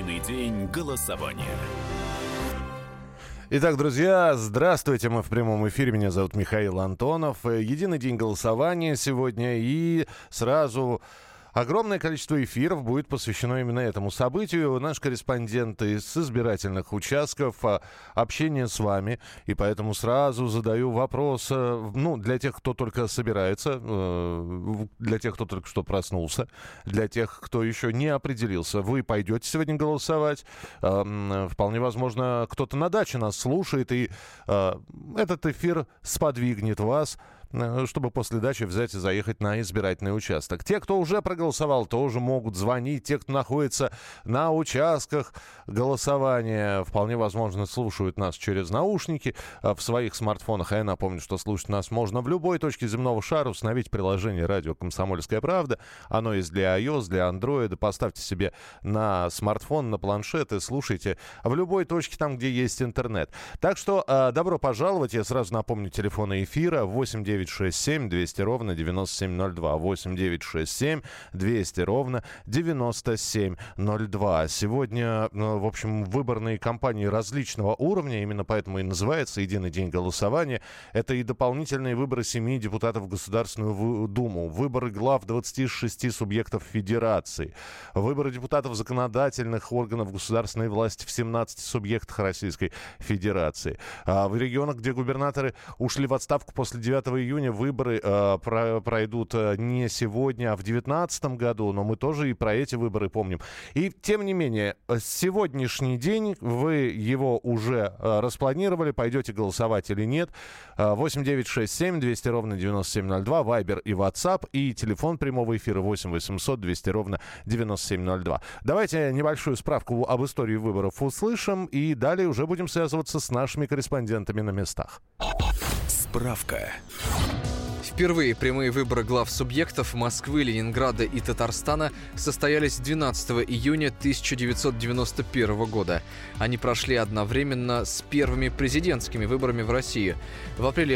единый день голосования. Итак, друзья, здравствуйте, мы в прямом эфире, меня зовут Михаил Антонов. Единый день голосования сегодня, и сразу огромное количество эфиров будет посвящено именно этому событию. Наши корреспонденты с избирательных участков, общение с вами, и поэтому сразу задаю вопрос, для тех, кто только собирается, для тех, кто только что проснулся, для тех, кто еще не определился. Вы пойдете сегодня голосовать? Вполне возможно, кто-то на даче нас слушает, и этот эфир сподвигнет вас, чтобы после дачи взять и заехать на избирательный участок. Те, кто уже проголосовал, тоже могут звонить. Те, кто находится на участках голосования, вполне возможно, слушают нас через наушники в своих смартфонах. А я напомню, что слушать нас можно в любой точке земного шара. Установите приложение «Радио Комсомольская правда». Оно есть для iOS, для Android. Поставьте себе на смартфон, на планшет и слушайте в любой точке, там, где есть интернет. Так что добро пожаловать. Я сразу напомню телефоны эфира 8 967 200 ровно 9702. 8 967 200 ровно 9702. Сегодня, в общем, выборные кампании различного уровня, именно поэтому и называется «Единый день голосования». Это и дополнительные выборы 7 депутатов в Государственную Думу, выборы глав 26 субъектов федерации, выборы депутатов законодательных органов государственной власти в 17 субъектах Российской Федерации. В регионах, где губернаторы ушли в отставку после 9 июня, выборы пройдут не сегодня, а в 2019 году, но мы тоже и про эти выборы помним. И, тем не менее, сегодняшний день вы его уже распланировали, пойдете голосовать или нет. 8 967 200 ровно 9702, Вайбер и WhatsApp, и телефон прямого эфира 8 800 200 ровно 9702. Давайте небольшую справку об истории выборов услышим, и далее уже будем связываться с нашими корреспондентами на местах. Справка. Впервые прямые выборы глав субъектов Москвы, Ленинграда и Татарстана состоялись 12 июня 1991 года. Они прошли одновременно с первыми президентскими выборами в России. В апреле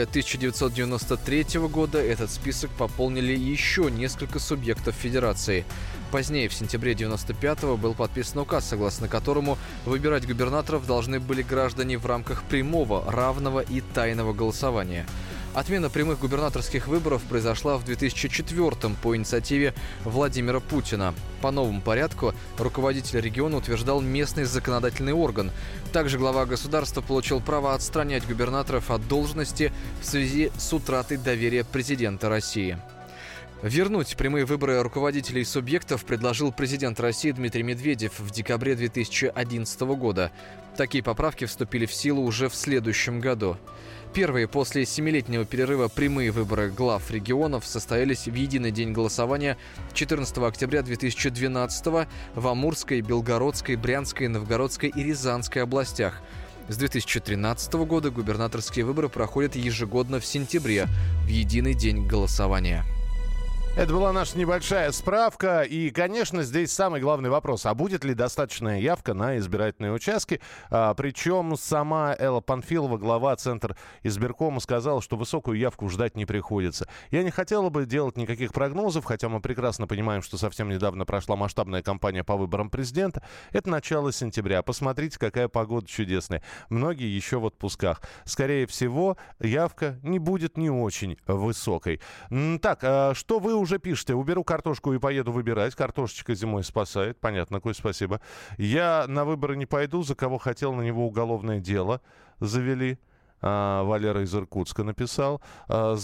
1993 года этот список пополнили еще несколько субъектов федерации. Позднее, в сентябре 1995-го, был подписан указ, согласно которому выбирать губернаторов должны были граждане в рамках прямого, равного и тайного голосования. Отмена прямых губернаторских выборов произошла в 2004-м по инициативе Владимира Путина. По новому порядку руководитель региона утверждал местный законодательный орган. Также глава государства получил право отстранять губернаторов от должности в связи с утратой доверия президента России. Вернуть прямые выборы руководителей субъектов предложил президент России Дмитрий Медведев в декабре 2011 года. Такие поправки вступили в силу уже в следующем году. Первые после 7-летнего перерыва прямые выборы глав регионов состоялись в единый день голосования 14 октября 2012 в Амурской, Белгородской, Брянской, Новгородской и Рязанской областях. С 2013 года губернаторские выборы проходят ежегодно в сентябре, в единый день голосования. Это была наша небольшая справка. И, конечно, здесь самый главный вопрос. А будет ли достаточная явка на избирательные участки? Причем сама Элла Панфилова, глава Центра избиркома, сказала, что высокую явку ждать не приходится. Я не хотела бы делать никаких прогнозов, хотя мы прекрасно понимаем, что совсем недавно прошла масштабная кампания по выборам президента. Это начало сентября. Посмотрите, какая погода чудесная. Многие еще в отпусках. Скорее всего, явка не будет не очень высокой. Так, что вы уже пишете? Уберу картошку и поеду выбирать. Картошечка зимой спасает. Понятно, Коль, спасибо. Я на выборы не пойду. За кого хотел, на него уголовное дело завели. Валера из Иркутска написал. Я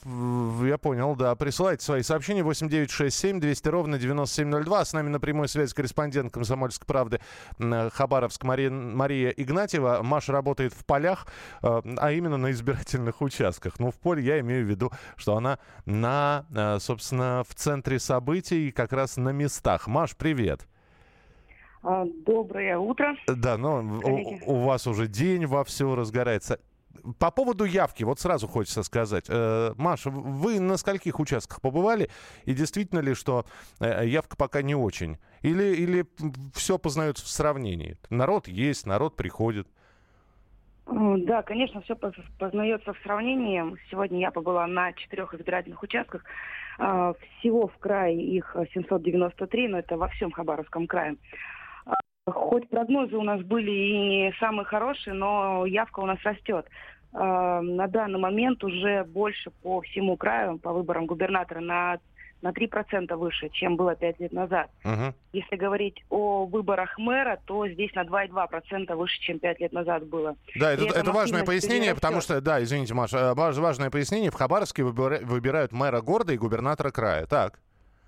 понял, да. Присылайте свои сообщения. 8 967 200 ровно 9702. С нами на прямой связи корреспондент «Комсомольской правды» Хабаровск Мария Игнатьева. Маша работает в полях, а именно на избирательных участках. Ну, в поле я имею в виду, что она собственно, в центре событий, как раз на местах. Маш, привет. Доброе утро. Да, у вас уже день вовсю разгорается. По поводу явки, вот сразу хочется сказать. Маша, вы на скольких участках побывали? И действительно ли, что явка пока не очень? Или все познается в сравнении? Народ есть, народ приходит. Да, конечно, все познается в сравнении. Сегодня я побыла на 4 избирательных участках. Всего в крае их 793, но это во всем Хабаровском крае. Хоть прогнозы у нас были и не самые хорошие, но явка у нас растет. На данный момент уже больше по всему краю, по выборам губернатора, на 3% выше, чем было 5 лет назад. Угу. Если говорить о выборах мэра, то здесь на 2,2% выше, чем 5 лет назад было. Да, это важное активность пояснение, растет. потому что, да, извините, Маша, важное пояснение. В Хабаровске выбирают мэра города и губернатора края. Так.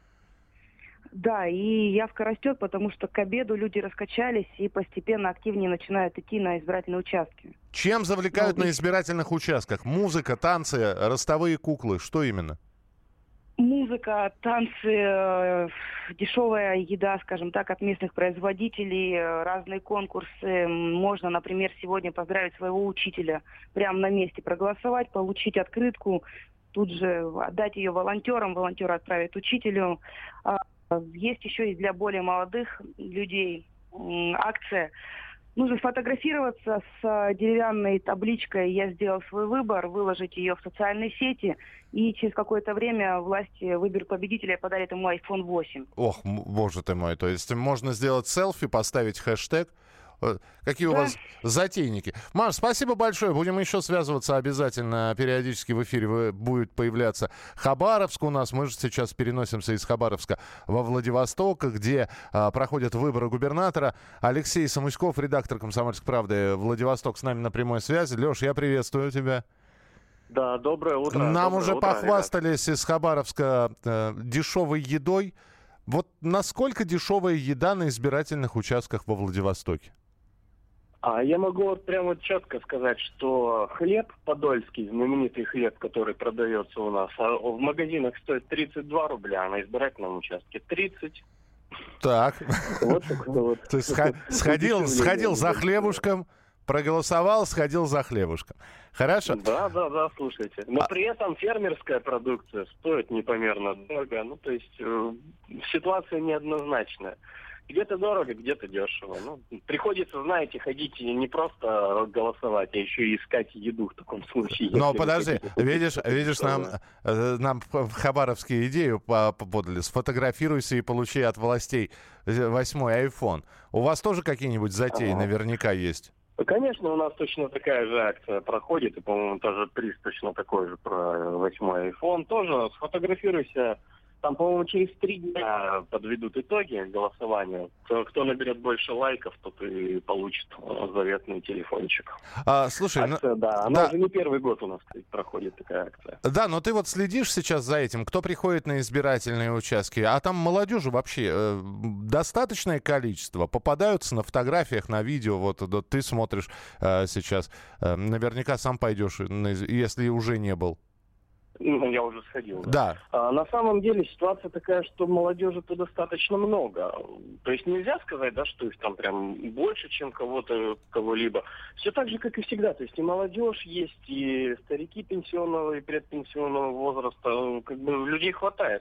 Да, и явка растет, потому что к обеду люди раскачались и постепенно активнее начинают идти на избирательные участки. Чем завлекают Ну, на избирательных участках? Музыка, танцы, ростовые куклы. Что именно? Музыка, танцы, дешевая еда, скажем так, от местных производителей, разные конкурсы. Можно, например, сегодня поздравить своего учителя, прямо на месте проголосовать, получить открытку, тут же отдать ее волонтерам, волонтеры отправят учителю. Есть еще и для более молодых людей акция. Нужно сфотографироваться с деревянной табличкой «Я сделал свой выбор», выложить ее в социальные сети, и через какое-то время власти выберут победителя и подарят ему iPhone 8. Ох, боже ты мой, то есть можно сделать селфи, поставить хэштег. Какие у вас затейники. Маш, спасибо большое. Будем еще связываться обязательно. Периодически в эфире будет появляться Хабаровск у нас. Мы же сейчас переносимся из Хабаровска во Владивосток, где проходят выборы губернатора. Алексей Самуськов, редактор «Комсомольской правды» Владивосток, с нами на прямой связи. Леш, я приветствую тебя. Да, доброе утро. Нам доброе уже утро, похвастались из Хабаровска дешевой едой. Вот насколько дешевая еда на избирательных участках во Владивостоке? Я могу вот прямо четко сказать, что хлеб подольский, знаменитый хлеб, который продается у нас, в магазинах стоит 32 рубля, а на избирательном участке 30. Так. Вот такой вот. То есть сходил за хлебушком, проголосовал, сходил за хлебушком. Хорошо? Да, слушайте. Но при этом фермерская продукция стоит непомерно дорого. Ну, то есть ситуация неоднозначная. Где-то дорого, где-то дешево. Ну, приходится, знаете, ходить не просто голосовать, а еще и искать еду в таком случае. Но подожди, видишь, нам в Хабаровске идею подали. Сфотографируйся и получи от властей 8-й iPhone. У вас тоже какие-нибудь затеи наверняка есть? Конечно, у нас точно такая же акция проходит, и, по-моему, тоже приз точно такой же про 8-й iPhone. Тоже сфотографируйся. Там, по-моему, через 3 дня подведут итоги голосования. Кто наберет больше лайков, тот и получит заветный телефончик. Слушай, акция, она уже не первый год у нас проходит такая акция. Да, но ты вот следишь сейчас за этим, кто приходит на избирательные участки, а там молодежи вообще достаточное количество, попадаются на фотографиях, на видео, вот ты смотришь сейчас, наверняка сам пойдешь, если уже не был. Ну, я уже сходил. Да. На самом деле ситуация такая, что молодежи-то достаточно много. То есть нельзя сказать, да, что их там прям больше, чем кого-либо. Все так же, как и всегда. То есть и молодежь есть, и старики пенсионного и предпенсионного возраста. Как бы людей хватает.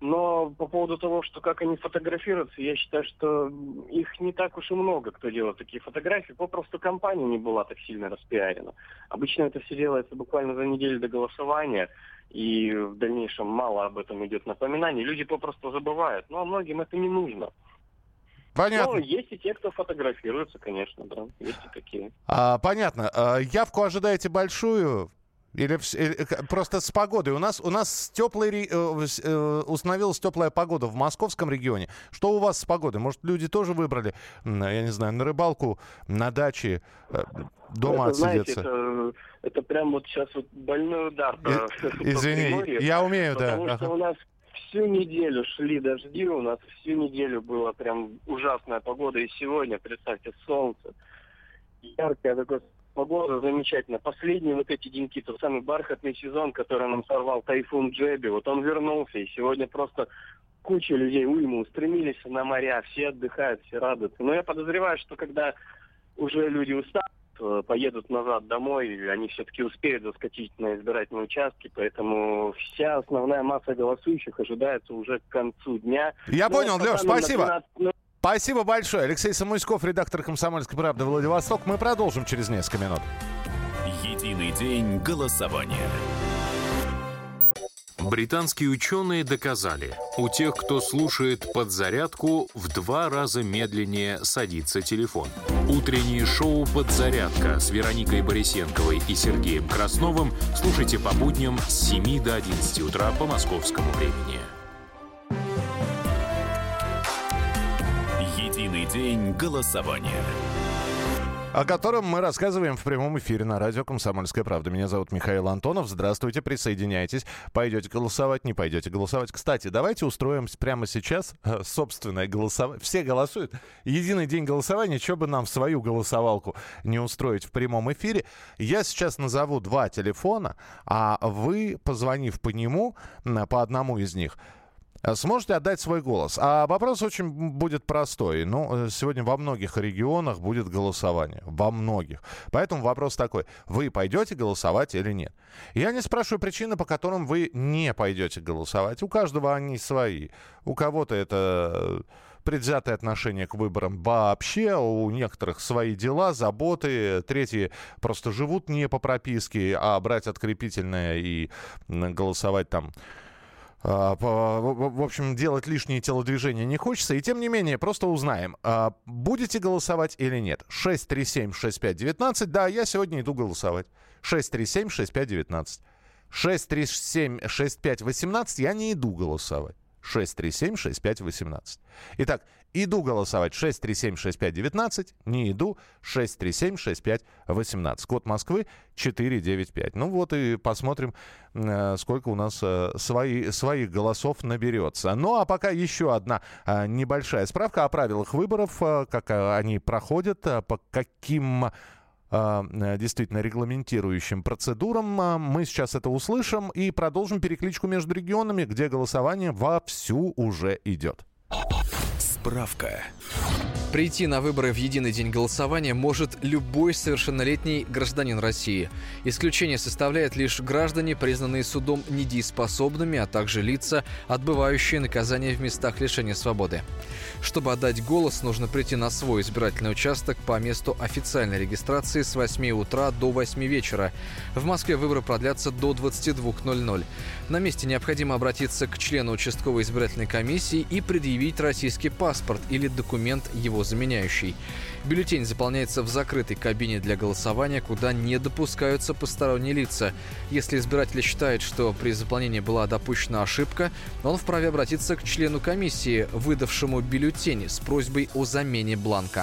Но по поводу того, что как они фотографируются, я считаю, что их не так уж и много, кто делает такие фотографии. Попросту компания не была так сильно распиарена. Обычно это все делается буквально за неделю до голосования, и в дальнейшем мало об этом идет напоминаний. Люди попросту забывают. Но многим это не нужно. Понятно. Ну, есть и те, кто фотографируется, конечно, да. Есть и такие. Понятно. Явку ожидаете большую? Или просто с погодой? У нас установилась теплая погода в московском регионе. Что у вас с погодой? Может, люди тоже выбрали, я не знаю, на рыбалку, на даче, дома отсидеться? Знаете, это прям вот сейчас вот больной удар. Извини, я умею, да. Потому что у нас всю неделю шли дожди, у нас всю неделю была прям ужасная погода. И сегодня, представьте, солнце, яркое такое. Погода замечательно. Последние вот эти деньки, тот самый бархатный сезон, который нам сорвал тайфун Джеби, вот он вернулся, и сегодня просто куча людей, уйма, устремились на моря, все отдыхают, все радуются. Но я подозреваю, что когда уже люди устанут, поедут назад домой, они все-таки успеют заскочить на избирательные участки, поэтому вся основная масса голосующих ожидается уже к концу дня. Я понял, Леш, спасибо. Спасибо большое. Алексей Самуськов, редактор «Комсомольской правды» Владивосток. Мы продолжим через несколько минут. Единый день голосования. Британские ученые доказали, у тех, кто слушает «Подзарядку», в 2 раза медленнее садится телефон. Утреннее шоу «Подзарядка» с Вероникой Борисенковой и Сергеем Красновым слушайте по будням с 7 до 11 утра по московскому времени. Единый день голосования. О котором мы рассказываем в прямом эфире на радио «Комсомольская правда». Меня зовут Михаил Антонов. Здравствуйте, присоединяйтесь. Пойдете голосовать, не пойдете голосовать. Кстати, давайте устроим прямо сейчас собственное голосование. Все голосуют. Единый день голосования. Что бы нам свою голосовалку не устроить в прямом эфире. Я сейчас назову 2 телефона, а вы, позвонив по нему, по одному из них, сможете отдать свой голос. А вопрос очень будет простой. Сегодня во многих регионах будет голосование. Во многих. Поэтому вопрос такой. Вы пойдете голосовать или нет? Я не спрашиваю причины, по которым вы не пойдете голосовать. У каждого они свои. У кого-то это предвзятое отношение к выборам вообще. У некоторых свои дела, заботы. Третьи просто живут не по прописке, а брать открепительное и голосовать там... В общем, делать лишние телодвижения не хочется. И тем не менее, просто узнаем, будете голосовать или нет. 637-6519. Да, я сегодня иду голосовать. 637-6519. 637-6518. Я не иду голосовать. 637-6518. Итак, иду голосовать 637-6519, не иду 637-6518. Код Москвы 495. Ну вот и посмотрим, сколько у нас своих голосов наберется. Ну а пока еще одна небольшая справка о правилах выборов, как они проходят, по каким... действительно регламентирующим процедурам. Мы сейчас это услышим и продолжим перекличку между регионами, где голосование вовсю уже идет. Справка. Прийти на выборы в единый день голосования может любой совершеннолетний гражданин России. Исключение составляют лишь граждане, признанные судом недееспособными, а также лица, отбывающие наказание в местах лишения свободы. Чтобы отдать голос, нужно прийти на свой избирательный участок по месту официальной регистрации с 8 утра до 8 вечера. В Москве выборы продлятся до 22:00. На месте необходимо обратиться к члену участковой избирательной комиссии и предъявить российский паспорт или документ его заменяющий. Бюллетень заполняется в закрытой кабине для голосования, куда не допускаются посторонние лица. Если избиратель считает, что при заполнении была допущена ошибка, он вправе обратиться к члену комиссии, выдавшему бюллетень, с просьбой о замене бланка.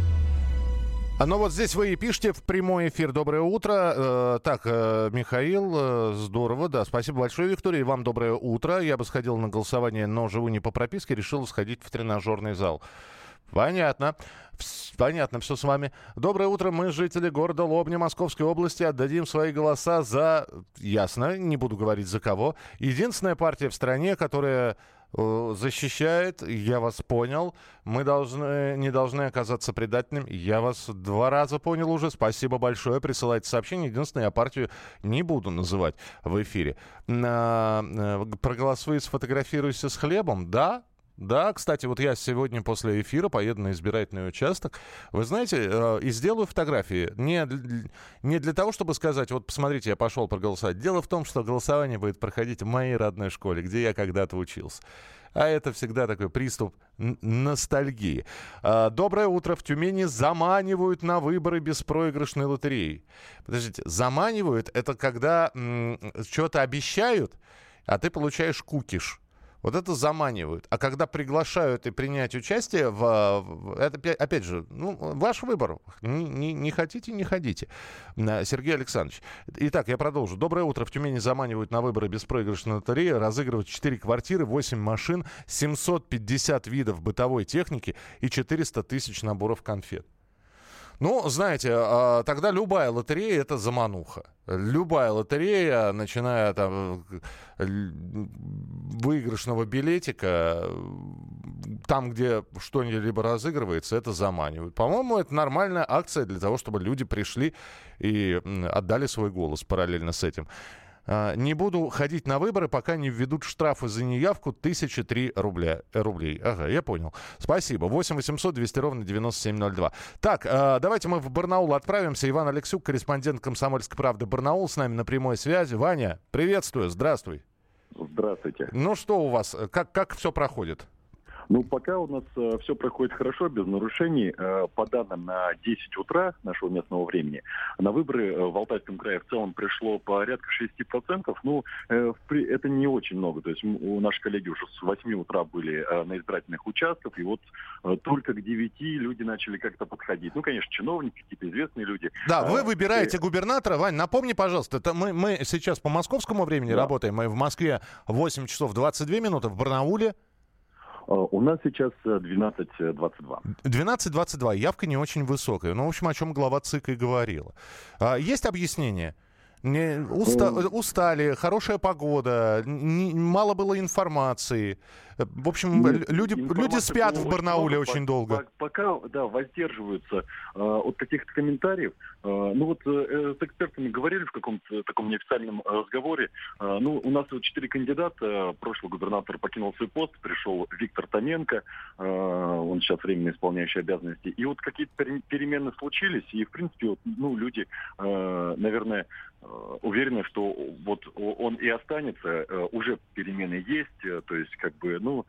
Ну вот здесь вы и пишете в прямой эфир. Доброе утро. Михаил, здорово, да. Спасибо большое, Виктория. И вам доброе утро. Я бы сходил на голосование, но живу не по прописке, решил сходить в тренажерный зал. Понятно. Понятно, все с вами. Доброе утро. Мы, жители города Лобня Московской области, отдадим свои голоса за... Ясно, не буду говорить за кого. Единственная партия в стране, которая защищает, я вас понял. Мы не должны оказаться предателями. Я вас 2 раза понял уже. Спасибо большое. Присылайте сообщение. Единственное, я партию не буду называть в эфире. Проголосуй, сфотографируйся с хлебом. Да? Да, кстати, вот я сегодня после эфира поеду на избирательный участок. Вы знаете, и сделаю фотографии. Не для того, чтобы сказать, вот посмотрите, я пошел проголосовать. Дело в том, что голосование будет проходить в моей родной школе, где я когда-то учился. А это всегда такой приступ ностальгии. Доброе утро. В Тюмени заманивают на выборы беспроигрышной лотереи. Подождите, заманивают — это когда что-то обещают, а ты получаешь кукиш. Вот это заманивают. А когда приглашают и принять участие это, опять же, ваш выбор. Не хотите — не ходите. Сергей Александрович. Итак, я продолжу. Доброе утро. В Тюмени заманивают на выборы беспроигрышной лотереи. Разыгрывают 4 квартиры, 8 машин, 750 видов бытовой техники и 400 тысяч наборов конфет. Ну, знаете, тогда любая лотерея — это замануха. Любая лотерея, начиная от выигрышного билетика, там, где что-либо разыгрывается, это заманивают. По-моему, это нормальная акция для того, чтобы люди пришли и отдали свой голос параллельно с этим. Не буду ходить на выборы, пока не введут штрафы за неявку 1003 рублей. Ага, я понял. Спасибо. 8 800 200 ровно 9702. Так, давайте мы в Барнаул отправимся. Иван Алексюк, корреспондент «Комсомольской правды» Барнаул, с нами на прямой связи. Ваня, приветствую, здравствуй. Здравствуйте. Ну что у вас, как все проходит? Ну, пока у нас все проходит хорошо, без нарушений. По данным на 10 утра нашего местного времени, на выборы в Алтайском крае в целом пришло порядка 6%. Ну, это не очень много. То есть наши коллеги уже с 8 утра были на избирательных участках, и вот только к 9 люди начали как-то подходить. Ну, конечно, чиновники, какие-то известные люди. Да, вы выбираете губернатора. Вань, напомни, пожалуйста, это мы сейчас по московскому времени работаем. Мы в Москве 8 часов 22 минуты, в Барнауле... У нас сейчас 12:22. 12:22. Явка не очень высокая. Ну, в общем, о чем глава ЦИК и говорила. Есть объяснение? Устали, хорошая погода, мало было информации. В общем, люди спят в Барнауле очень долго. Пока, да, воздерживаются от каких-то комментариев. Ну вот с экспертами говорили в каком-то таком неофициальном разговоре. Ну, у нас 4 кандидата. Прошлый губернатор покинул свой пост, пришел Виктор Тоненко. Он сейчас временно исполняющий обязанности. И вот какие-то перемены случились. И, в принципе, вот, ну, люди, наверное, уверены, что вот он и останется. Уже перемены есть. То есть, как бы, ну,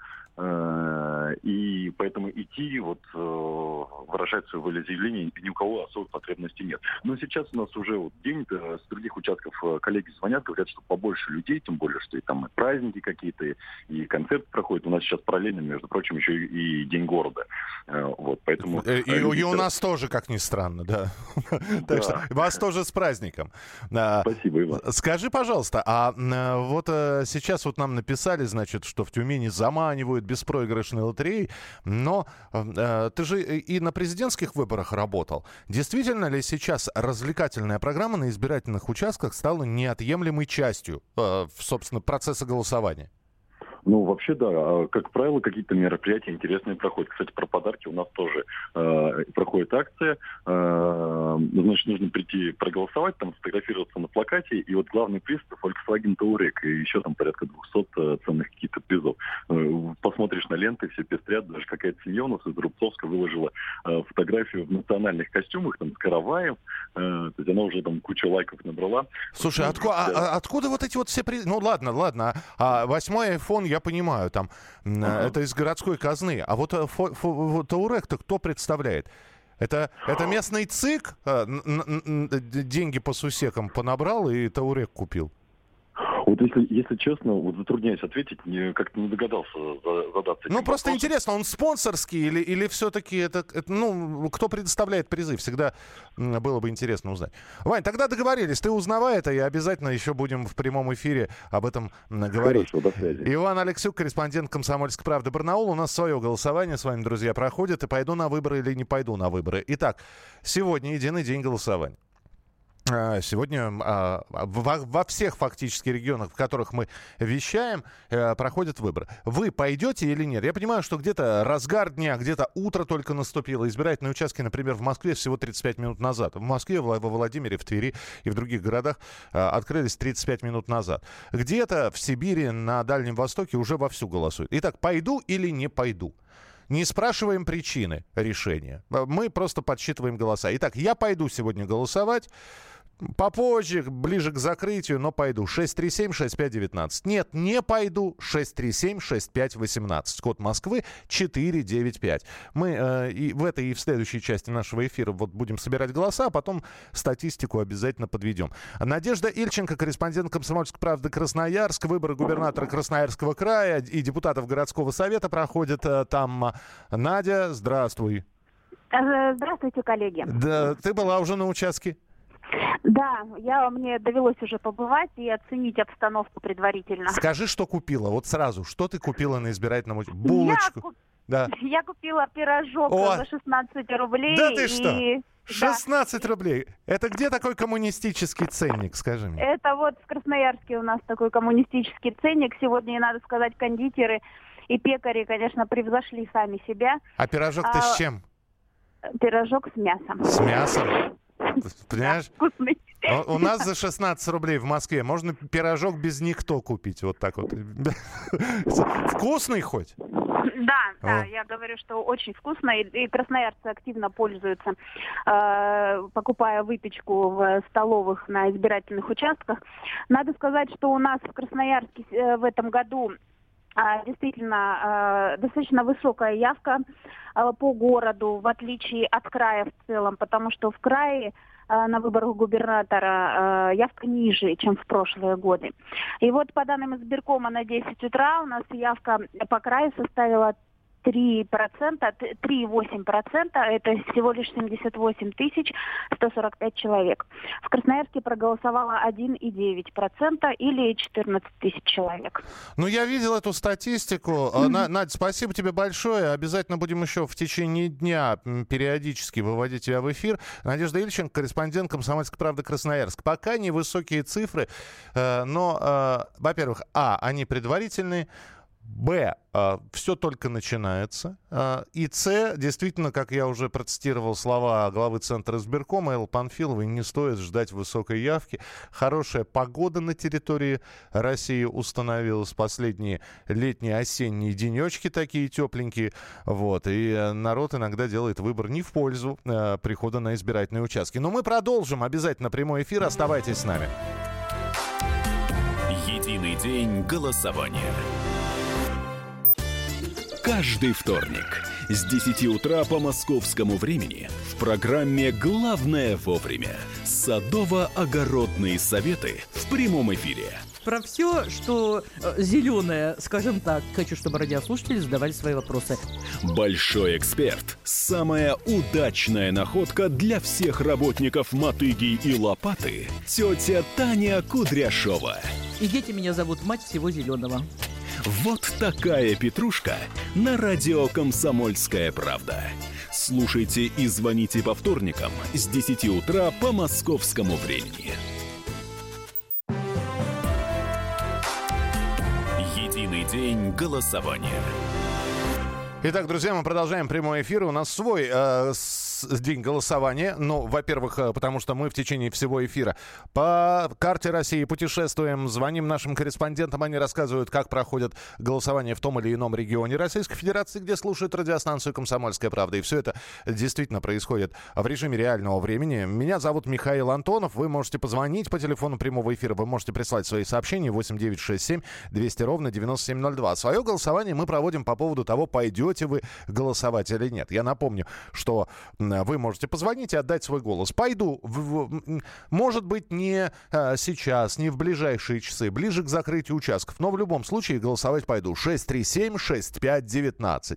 и поэтому идти, вот, выражать свое волеизъявление ни у кого особой потребности нет. Но сейчас у нас уже вот день, с других участков коллеги звонят, говорят, что побольше людей, тем более, что и там и праздники какие-то, и концерты проходят. У нас сейчас параллельно, между прочим, еще и День города. Вот, поэтому... И у нас тоже, как ни странно, да. Так что вас тоже с праздником. Спасибо, Иван. Скажи, пожалуйста, а вот сейчас вот нам написали, значит, что в Тюмени заманивают беспроигрышной лотереей, но ты же и на президентских выборах работал. Действительно ли сейчас развлекательная программа на избирательных участках стала неотъемлемой частью, собственно, процесса голосования? Ну, вообще, да. Как правило, какие-то мероприятия интересные проходят. Кстати, про подарки у нас тоже проходит акция. Значит, нужно прийти проголосовать, там сфотографироваться на плакате. И вот главный приз — Volkswagen Touareg. И еще там порядка 200 ценных каких-то призов. Посмотришь на ленты, все пестрят. Даже какая-то семья у нас из Рубцовска выложила фотографию в национальных костюмах, там, с караваем. То есть она уже там кучу лайков набрала. Слушай, откуда вот эти вот все призы? Ну, ладно. А 8-й iPhone, я понимаю, там, это из городской казны. А вот Touareg-то кто представляет? Это местный ЦИК деньги по сусекам понабрал и Touareg купил? Вот если честно, вот затрудняюсь ответить, как-то не догадался задаться. Ну, просто интересно, он спонсорский или все-таки это, ну, кто предоставляет призы? Всегда было бы интересно узнать. Вань, тогда договорились, ты узнавай это, и обязательно еще будем в прямом эфире об этом говорить. Хорошо, до связи. Иван Алексюк, корреспондент «Комсомольской правды» Барнаул. У нас свое голосование с вами, друзья, проходит. И пойду на выборы или не пойду на выборы. Итак, сегодня единый день голосования. Сегодня во всех фактически регионах, в которых мы вещаем, проходят выборы. Вы пойдете или нет? Я понимаю, что где-то разгар дня, где-то утро только наступило. Избирательные участки, например, в Москве всего 35 минут назад. В Москве, во Владимире, в Твери и в других городах открылись 35 минут назад. Где-то в Сибири, на Дальнем Востоке уже вовсю голосуют. Итак, пойду или не пойду? Не спрашиваем причины решения. Мы просто подсчитываем голоса. Итак, я пойду сегодня голосовать. Попозже, ближе к закрытию, но пойду. 637-6519. Нет, не пойду. 637-6518. Код Москвы 495. Мы и в этой, и в следующей части нашего эфира вот будем собирать голоса, а потом статистику обязательно подведем. Надежда Ильченко, корреспондент «Комсомольской правды» Красноярск. Выборы губернатора Красноярского края и депутатов городского совета проходят там. Надя, здравствуй. Здравствуйте, коллеги. Да, ты была уже на участке? Да, мне довелось уже побывать и оценить обстановку предварительно. Скажи, что купила. Вот сразу. Что ты купила на избирательном участке? Булочку? Я купила пирожок за 16 рублей. Да ты что? 16 рублей. Это где такой коммунистический ценник, скажи мне? Это вот в Красноярске у нас такой коммунистический ценник. Сегодня, надо сказать, кондитеры и пекари, конечно, превзошли сами себя. А пирожок-то с чем? Пирожок с мясом. С мясом? Понимаешь? Вкусный. У нас за 16 рублей в Москве можно пирожок без никто купить. Вот так вот. Вкусный хоть? Да, я говорю, что очень вкусно, и красноярцы активно пользуются, покупая выпечку в столовых на избирательных участках. Надо сказать, что у нас в Красноярске в этом году действительно достаточно высокая явка по городу, в отличие от края в целом, потому что в крае на выборах губернатора явка ниже, чем в прошлые годы. И вот по данным избиркома на 10 утра у нас явка по краю составила 3%, 3,8%, это всего лишь 78 145 человек. В Красноярске проголосовало 1,9% или 14 тысяч человек. Ну, я видел эту статистику. Надя, спасибо тебе большое. Обязательно будем еще в течение дня периодически выводить тебя в эфир. Надежда Ильченко, корреспондент «Комсомольской правды» Красноярск. Пока невысокие цифры, но, во-первых, они предварительные, Б, все только начинается. И С, действительно, как я уже процитировал слова главы Центра избиркома Эллы Панфиловой, не стоит ждать высокой явки. Хорошая погода на территории России установилась. Последние летние, осенние денечки такие тепленькие. Вот. И народ иногда делает выбор не в пользу прихода на избирательные участки. Но мы продолжим обязательно прямой эфир. Оставайтесь с нами. Единый день голосования. Каждый вторник с 10 утра по московскому времени в программе «Главное вовремя» садово-огородные советы в прямом эфире. Про все, что зеленое, скажем так, хочу, чтобы радиослушатели задавали свои вопросы. Большой эксперт. Самая удачная находка для всех работников «Мотыги» и «Лопаты» — тетя Таня Кудряшова. И дети меня зовут мать всего зеленого. Вот такая петрушка на радио «Комсомольская правда». Слушайте и звоните по вторникам с 10 утра по московскому времени. Единый день голосования. Итак, друзья, мы продолжаем прямой эфир. У нас свой день голосования. Ну, во-первых, потому что мы в течение всего эфира по карте России путешествуем, звоним нашим корреспондентам, они рассказывают, как проходит голосование в том или ином регионе Российской Федерации, где слушают радиостанцию «Комсомольская правда». И все это действительно происходит в режиме реального времени. Меня зовут Михаил Антонов. Вы можете позвонить по телефону прямого эфира, вы можете прислать свои сообщения 8967 200 ровно 9702. Свое голосование мы проводим по поводу того, пойдете вы голосовать или нет. Я напомню, что вы можете позвонить и отдать свой голос. Пойду. Может быть, не сейчас, не в ближайшие часы, ближе к закрытию участков. Но в любом случае голосовать пойду. 637-6519.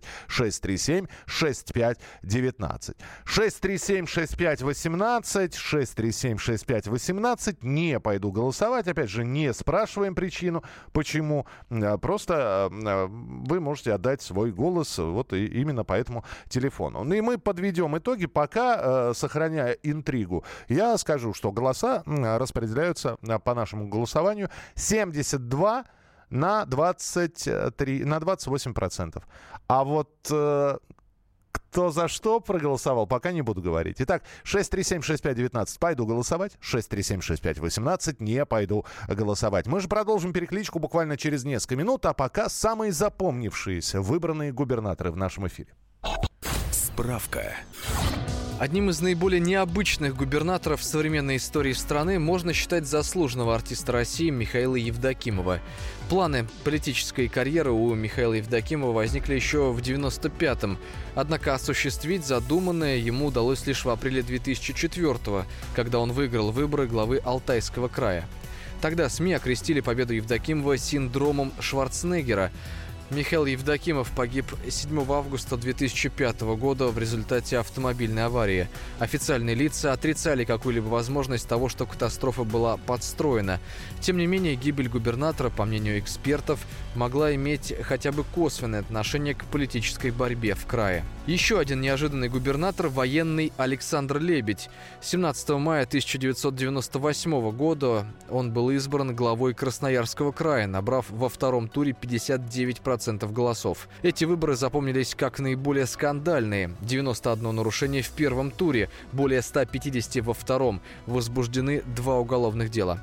637-6519. 637-6518. 637-6518. Не пойду голосовать. Опять же, не спрашиваем причину, почему. Просто вы можете отдать свой голос вот именно по этому телефону. Ну и мы подведем итоги. Пока, сохраняя интригу, я скажу, что голоса распределяются по нашему голосованию 72 на 23, на 28%. А вот кто за что проголосовал, пока не буду говорить. Итак, 637-6519. Пойду голосовать. 637-6518. Не пойду голосовать. Мы же продолжим перекличку буквально через несколько минут. А пока самые запомнившиеся выбранные губернаторы в нашем эфире. Справка. Одним из наиболее необычных губернаторов в современной истории страны можно считать заслуженного артиста России Михаила Евдокимова. Планы политической карьеры у Михаила Евдокимова возникли еще в 1995-м. Однако осуществить задуманное ему удалось лишь в апреле 2004-го, когда он выиграл выборы главы Алтайского края. Тогда СМИ окрестили победу Евдокимова синдромом Шварценеггера. Михаил Евдокимов погиб 7 августа 2005 года в результате автомобильной аварии. Официальные лица отрицали какую-либо возможность того, что катастрофа была подстроена. Тем не менее, гибель губернатора, по мнению экспертов, могла иметь хотя бы косвенное отношение к политической борьбе в крае. Еще один неожиданный губернатор – военный Александр Лебедь. 17 мая 1998 года он был избран главой Красноярского края, набрав во втором туре 59% голосов. Эти выборы запомнились как наиболее скандальные. 91 нарушение в первом туре, более 150 во втором. Возбуждены 2 уголовных дела.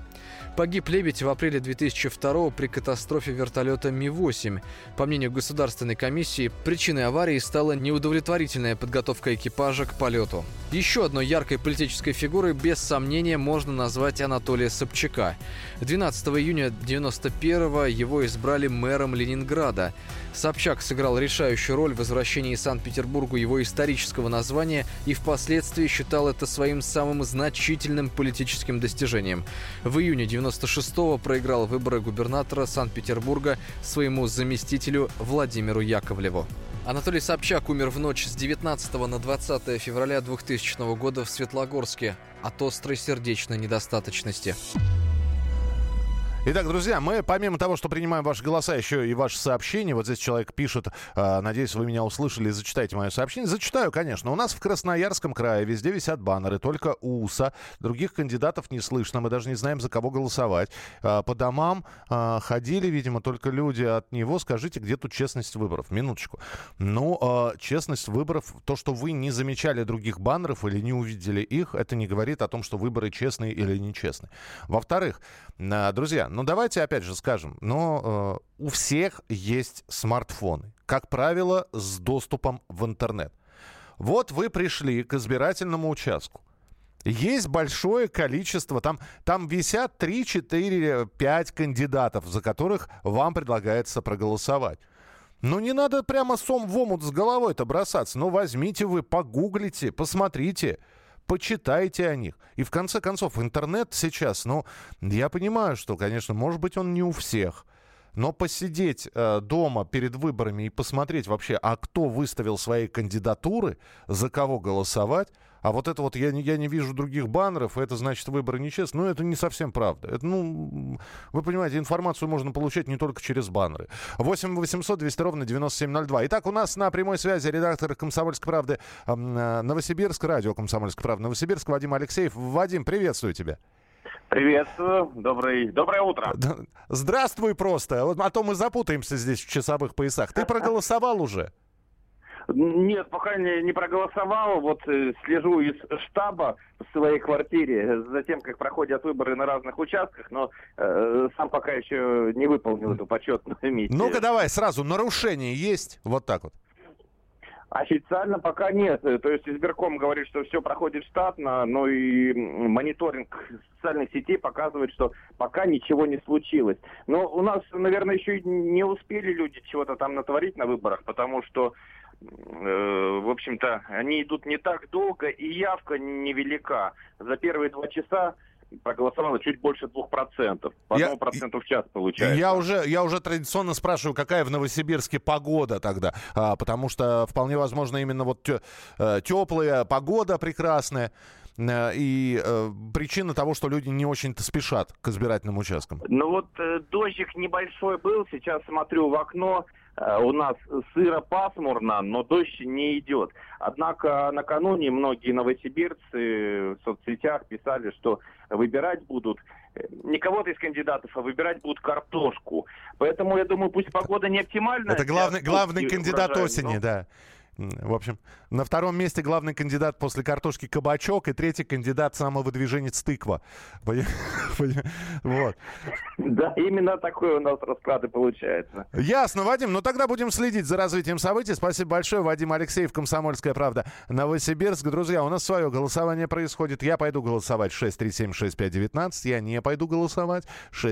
Погиб Лебедь в апреле 2002 при катастрофе вертолета Ми-8. По мнению Государственной комиссии, причиной аварии стала неудовлетворительная подготовка экипажа к полету. Еще одной яркой политической фигурой без сомнения можно назвать Анатолия Собчака. 12 июня 1991-го его избрали мэром Ленинграда. Собчак сыграл решающую роль в возвращении Санкт-Петербургу его исторического названия и впоследствии считал это своим самым значительным политическим достижением. В июне 1996-го проиграл выборы губернатора Санкт-Петербурга своему заместителю Владимиру Яковлеву. Анатолий Собчак умер в ночь с 19 на 20 февраля 2000 года в Светлогорске от острой сердечной недостаточности. Итак, друзья, мы помимо того, что принимаем ваши голоса, еще и ваши сообщения. Вот здесь человек пишет, надеюсь, вы меня услышали и зачитаете мое сообщение. Зачитаю, конечно. У нас в Красноярском крае везде висят баннеры, только УСА. Других кандидатов не слышно, мы даже не знаем, за кого голосовать. По домам ходили, видимо, только люди от него. Скажите, где тут честность выборов? Минуточку. Ну, честность выборов, то, что вы не замечали других баннеров или не увидели их, это не говорит о том, что выборы честные или нечестные. Во-вторых, друзья, ну давайте опять же скажем, у всех есть смартфоны, как правило, с доступом в интернет. Вот вы пришли к избирательному участку. Есть большое количество, там висят 3, 4, 5 кандидатов, за которых вам предлагается проголосовать. Ну, не надо прямо в омут с головой-то бросаться. Ну, возьмите вы, погуглите, посмотрите. Почитайте о них. И в конце концов, интернет сейчас, я понимаю, что, конечно, может быть, он не у всех. Но посидеть дома перед выборами и посмотреть вообще, а кто выставил свои кандидатуры, за кого голосовать, а вот это вот я не вижу других баннеров, это значит выборы нечестные. Это не совсем правда. Это, вы понимаете, информацию можно получать не только через баннеры. 8 800 200 ровно 9702. Итак, у нас на прямой связи редактор «Комсомольской правды» Новосибирск, радио «Комсомольская правда» Новосибирск, Вадим Алексеев. Вадим, приветствую тебя. Приветствую. Доброе утро. Здравствуй просто. А то мы запутаемся здесь в часовых поясах. Ты проголосовал уже? Нет, пока не проголосовал. Вот слежу из штаба в своей квартире за тем, как проходят выборы на разных участках, но сам пока еще не выполнил эту почетную миссию. Ну-ка давай сразу, нарушение есть? Вот так вот. Официально пока нет. То есть избирком говорит, что все проходит штатно, но и мониторинг социальных сетей показывает, что пока ничего не случилось. Но у нас, наверное, еще и не успели люди чего-то там натворить на выборах, потому что, в общем-то, они идут не так долго, и явка невелика. За первые 2 часа проголосовало чуть больше 2%. По 1% в час получается. Я уже традиционно спрашиваю, какая в Новосибирске погода тогда. Потому что вполне возможно именно вот теплая погода прекрасная. И причина того, что люди не очень-то спешат к избирательным участкам. Ну вот дождик небольшой был. Сейчас смотрю в окно. У нас сыро-пасмурно, но дождь не идет. Однако накануне многие новосибирцы в соцсетях писали, что выбирать будут не кого-то из кандидатов, а выбирать будут картошку. Поэтому, я думаю, пусть погода не оптимальная. Это главный кандидат осени, да. В общем, на втором месте главный кандидат после картошки кабачок, и третий кандидат самовыдвиженец тыква. Вот. Да, именно такой у нас расклад и получается. Ясно, Вадим. Ну тогда будем следить за развитием событий. Спасибо большое. Вадим Алексеев, «Комсомольская правда», Новосибирск. Друзья, у нас свое голосование происходит. Я пойду голосовать 6376519. Я не пойду голосовать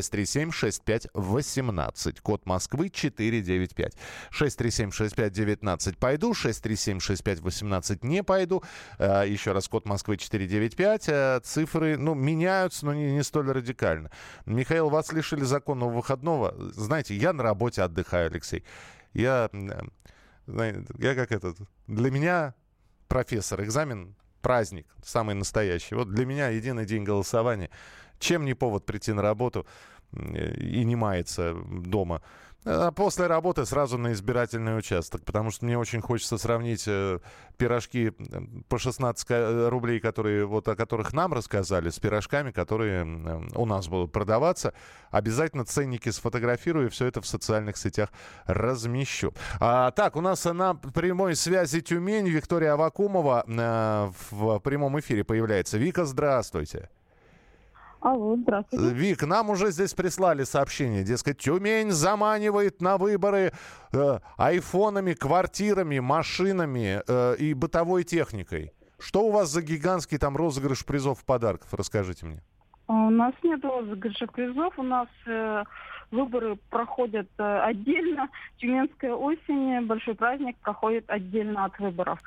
6376518. Код Москвы 495. 6376519 пойду, 6376518 не пойду. Еще раз, код Москвы 495. Цифры, меняются, но не столь радикально. Михаил, вас лишили законного выходного. Знаете, я на работе отдыхаю, Алексей. Я как для меня профессор, экзамен, праздник, самый настоящий. Вот для меня единый день голосования. Чем не повод прийти на работу и не маяться дома? А после работы сразу на избирательный участок, потому что мне очень хочется сравнить пирожки по 16 рублей, о которых нам рассказали, с пирожками, которые у нас будут продаваться. Обязательно ценники сфотографирую и все это в социальных сетях размещу. Так, у нас на прямой связи Тюмень. Виктория Аввакумова в прямом эфире появляется. Вика, здравствуйте. Алло, здравствуйте. Вик, нам уже здесь прислали сообщение, дескать, Тюмень заманивает на выборы айфонами, квартирами, машинами и бытовой техникой. Что у вас за гигантский там розыгрыш призов и подарков? Расскажите мне. У нас нет розыгрыша призов, у нас выборы проходят отдельно. Тюменская осень, большой праздник, проходит отдельно от выборов.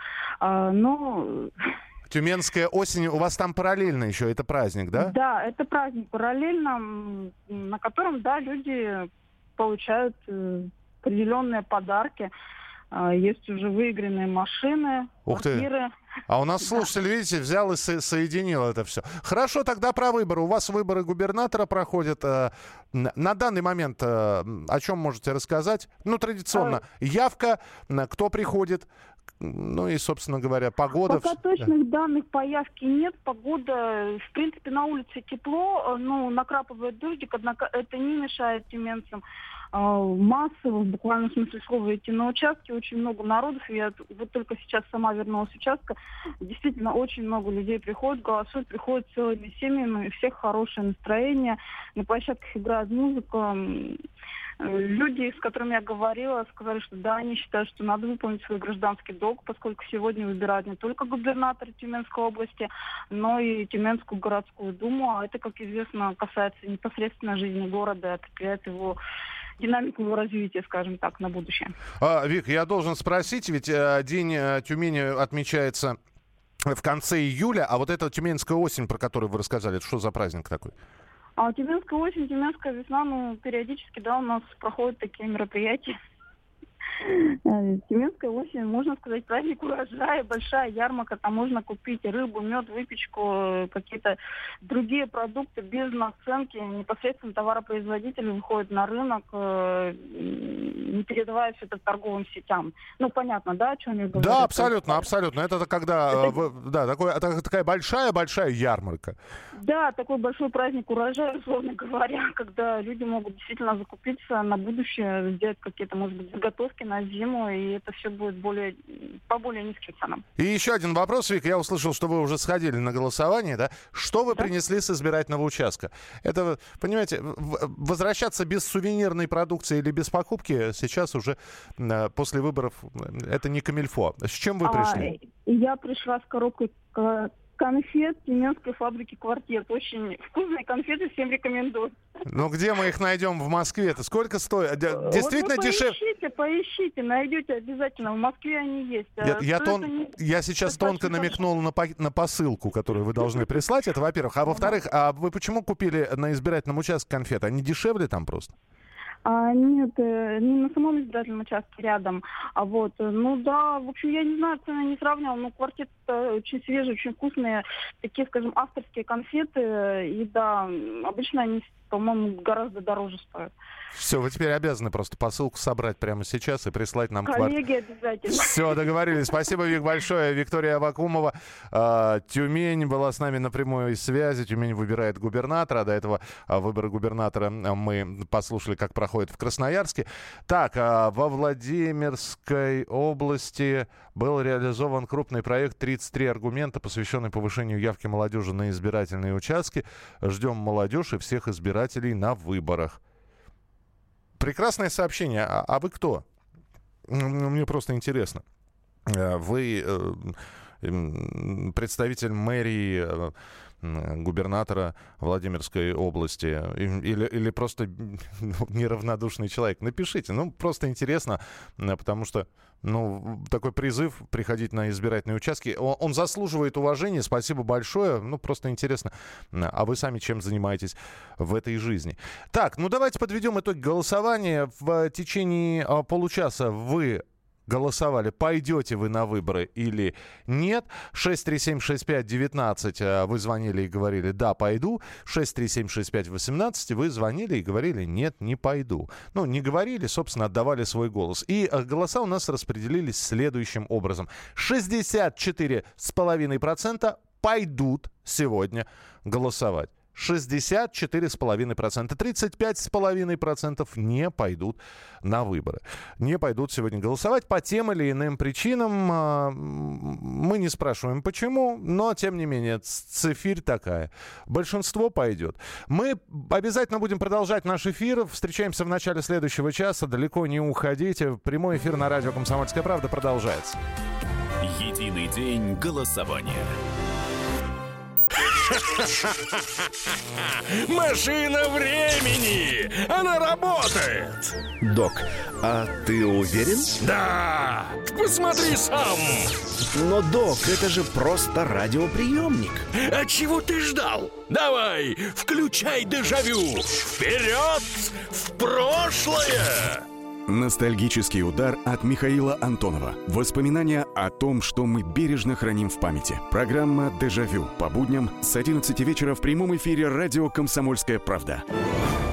Тюменская осень, у вас там параллельно еще, это праздник, да? Да, это праздник параллельно, на котором, да, люди получают определенные подарки. Есть уже выигранные машины, квартиры. А у нас слушатель, видите, взял и соединил это все. Хорошо, тогда про выборы. У вас выборы губернатора проходят. На данный момент о чем можете рассказать? Ну, традиционно, явка, кто приходит, ну и, собственно говоря, погода. Пока точных данных по явке нет. Погода, в принципе, на улице тепло, накрапывает дождик, однако это не мешает тюменцам массово, в буквальном смысле слова, идти на участки. Очень много народов. Я вот только сейчас сама вернулась с участка. Действительно, очень много людей приходят, голосуют, приходят целыми семьями. У всех хорошее настроение. На площадках играет музыка. Люди, с которыми я говорила, сказали, что да, они считают, что надо выполнить свой гражданский долг, поскольку сегодня выбирают не только губернатора Тюменской области, но и Тюменскую городскую думу. А это, как известно, касается непосредственно жизни города, определяет его динамику его развития, скажем так, на будущее. Вик, я должен спросить, ведь День Тюмени отмечается в конце июля, а вот эта Тюменская осень, про которую вы рассказали, это что за праздник такой? Тюменская осень, Тюменская весна, периодически, да, у нас проходят такие мероприятия. Тюменская осень, можно сказать, праздник урожая, большая ярмарка, там можно купить рыбу, мед, выпечку, какие-то другие продукты без наценки. Непосредственно товаропроизводители выходят на рынок, не передавая все это торговым сетям. Ну, понятно, да, о чем я говорю? Да, абсолютно, абсолютно. Это когда, такая большая-большая ярмарка. Да, такой большой праздник урожая, условно говоря, когда люди могут действительно закупиться на будущее, сделать какие-то, может быть, заготовки на зиму, и это все будет по более низким ценам. И еще один вопрос, Вик. Я услышал, что вы уже сходили на голосование, да? Что вы принесли с избирательного участка? Это, понимаете, возвращаться без сувенирной продукции или без покупки сейчас уже после выборов это не камильфо. С чем вы пришли? Я пришла с коробкой конфет Тюменской фабрики «Квартет». Очень вкусные конфеты, всем рекомендую. Ну, где мы их найдем в Москве-то? Сколько стоит? Действительно дешевле? Поищите, найдете обязательно. В Москве они есть. Я сейчас тонко намекнул на посылку, которую вы должны прислать. Это, во-первых. А во-вторых, а вы почему купили на избирательном участке конфеты? Они дешевле там просто? Нет, не на самом избирательном участке, рядом. В общем, я не знаю, цены не сравнивала, но «Квартет» очень свежие, очень вкусные, такие, скажем, авторские конфеты. И да, обычно они, по-моему, гораздо дороже стоят. Все, вы теперь обязаны просто посылку собрать прямо сейчас и прислать нам коллеги обязательно. Все, договорились. Спасибо, Вик, большое. Виктория Аввакумова, Тюмень, была с нами на прямой связи. Тюмень выбирает губернатора. А до этого выборы губернатора мы послушали, как проходит в Красноярске. Так, во Владимирской области был реализован крупный проект «33 аргумента», посвященный повышению явки молодежи на избирательные участки. Ждем молодежь и всех избирателей на выборах. Прекрасное сообщение. А вы кто? Мне просто интересно. Вы представитель мэрии, губернатора Владимирской области или просто неравнодушный человек? Напишите. Просто интересно, потому что такой призыв приходить на избирательные участки, он заслуживает уважения. Спасибо большое. Просто интересно, а вы сами чем занимаетесь в этой жизни? Так, давайте подведем итог голосования. В течение получаса вы голосовали, пойдете вы на выборы или нет. 6376519 вы звонили и говорили «да, пойду». 6376518 вы звонили и говорили «нет, не пойду». Не говорили, собственно, отдавали свой голос. И голоса у нас распределились следующим образом. 64,5% пойдут сегодня голосовать. 64,5%. 35,5% не пойдут на выборы. Не пойдут сегодня голосовать по тем или иным причинам. Мы не спрашиваем, почему, но, тем не менее, цифирь такая. Большинство пойдет. Мы обязательно будем продолжать наш эфир. Встречаемся в начале следующего часа. Далеко не уходите. Прямой эфир на радио «Комсомольская правда» продолжается. Единый день голосования. Машина времени! Она работает! Док, а ты уверен? Да! Посмотри сам! Но, док, это же просто радиоприемник. А чего ты ждал? Давай, включай дежавю! Вперед! В прошлое! Ностальгический удар от Михаила Антонова. Воспоминания о том, что мы бережно храним в памяти. Программа «Дежавю» по будням с 11 вечера в прямом эфире радио «Комсомольская правда».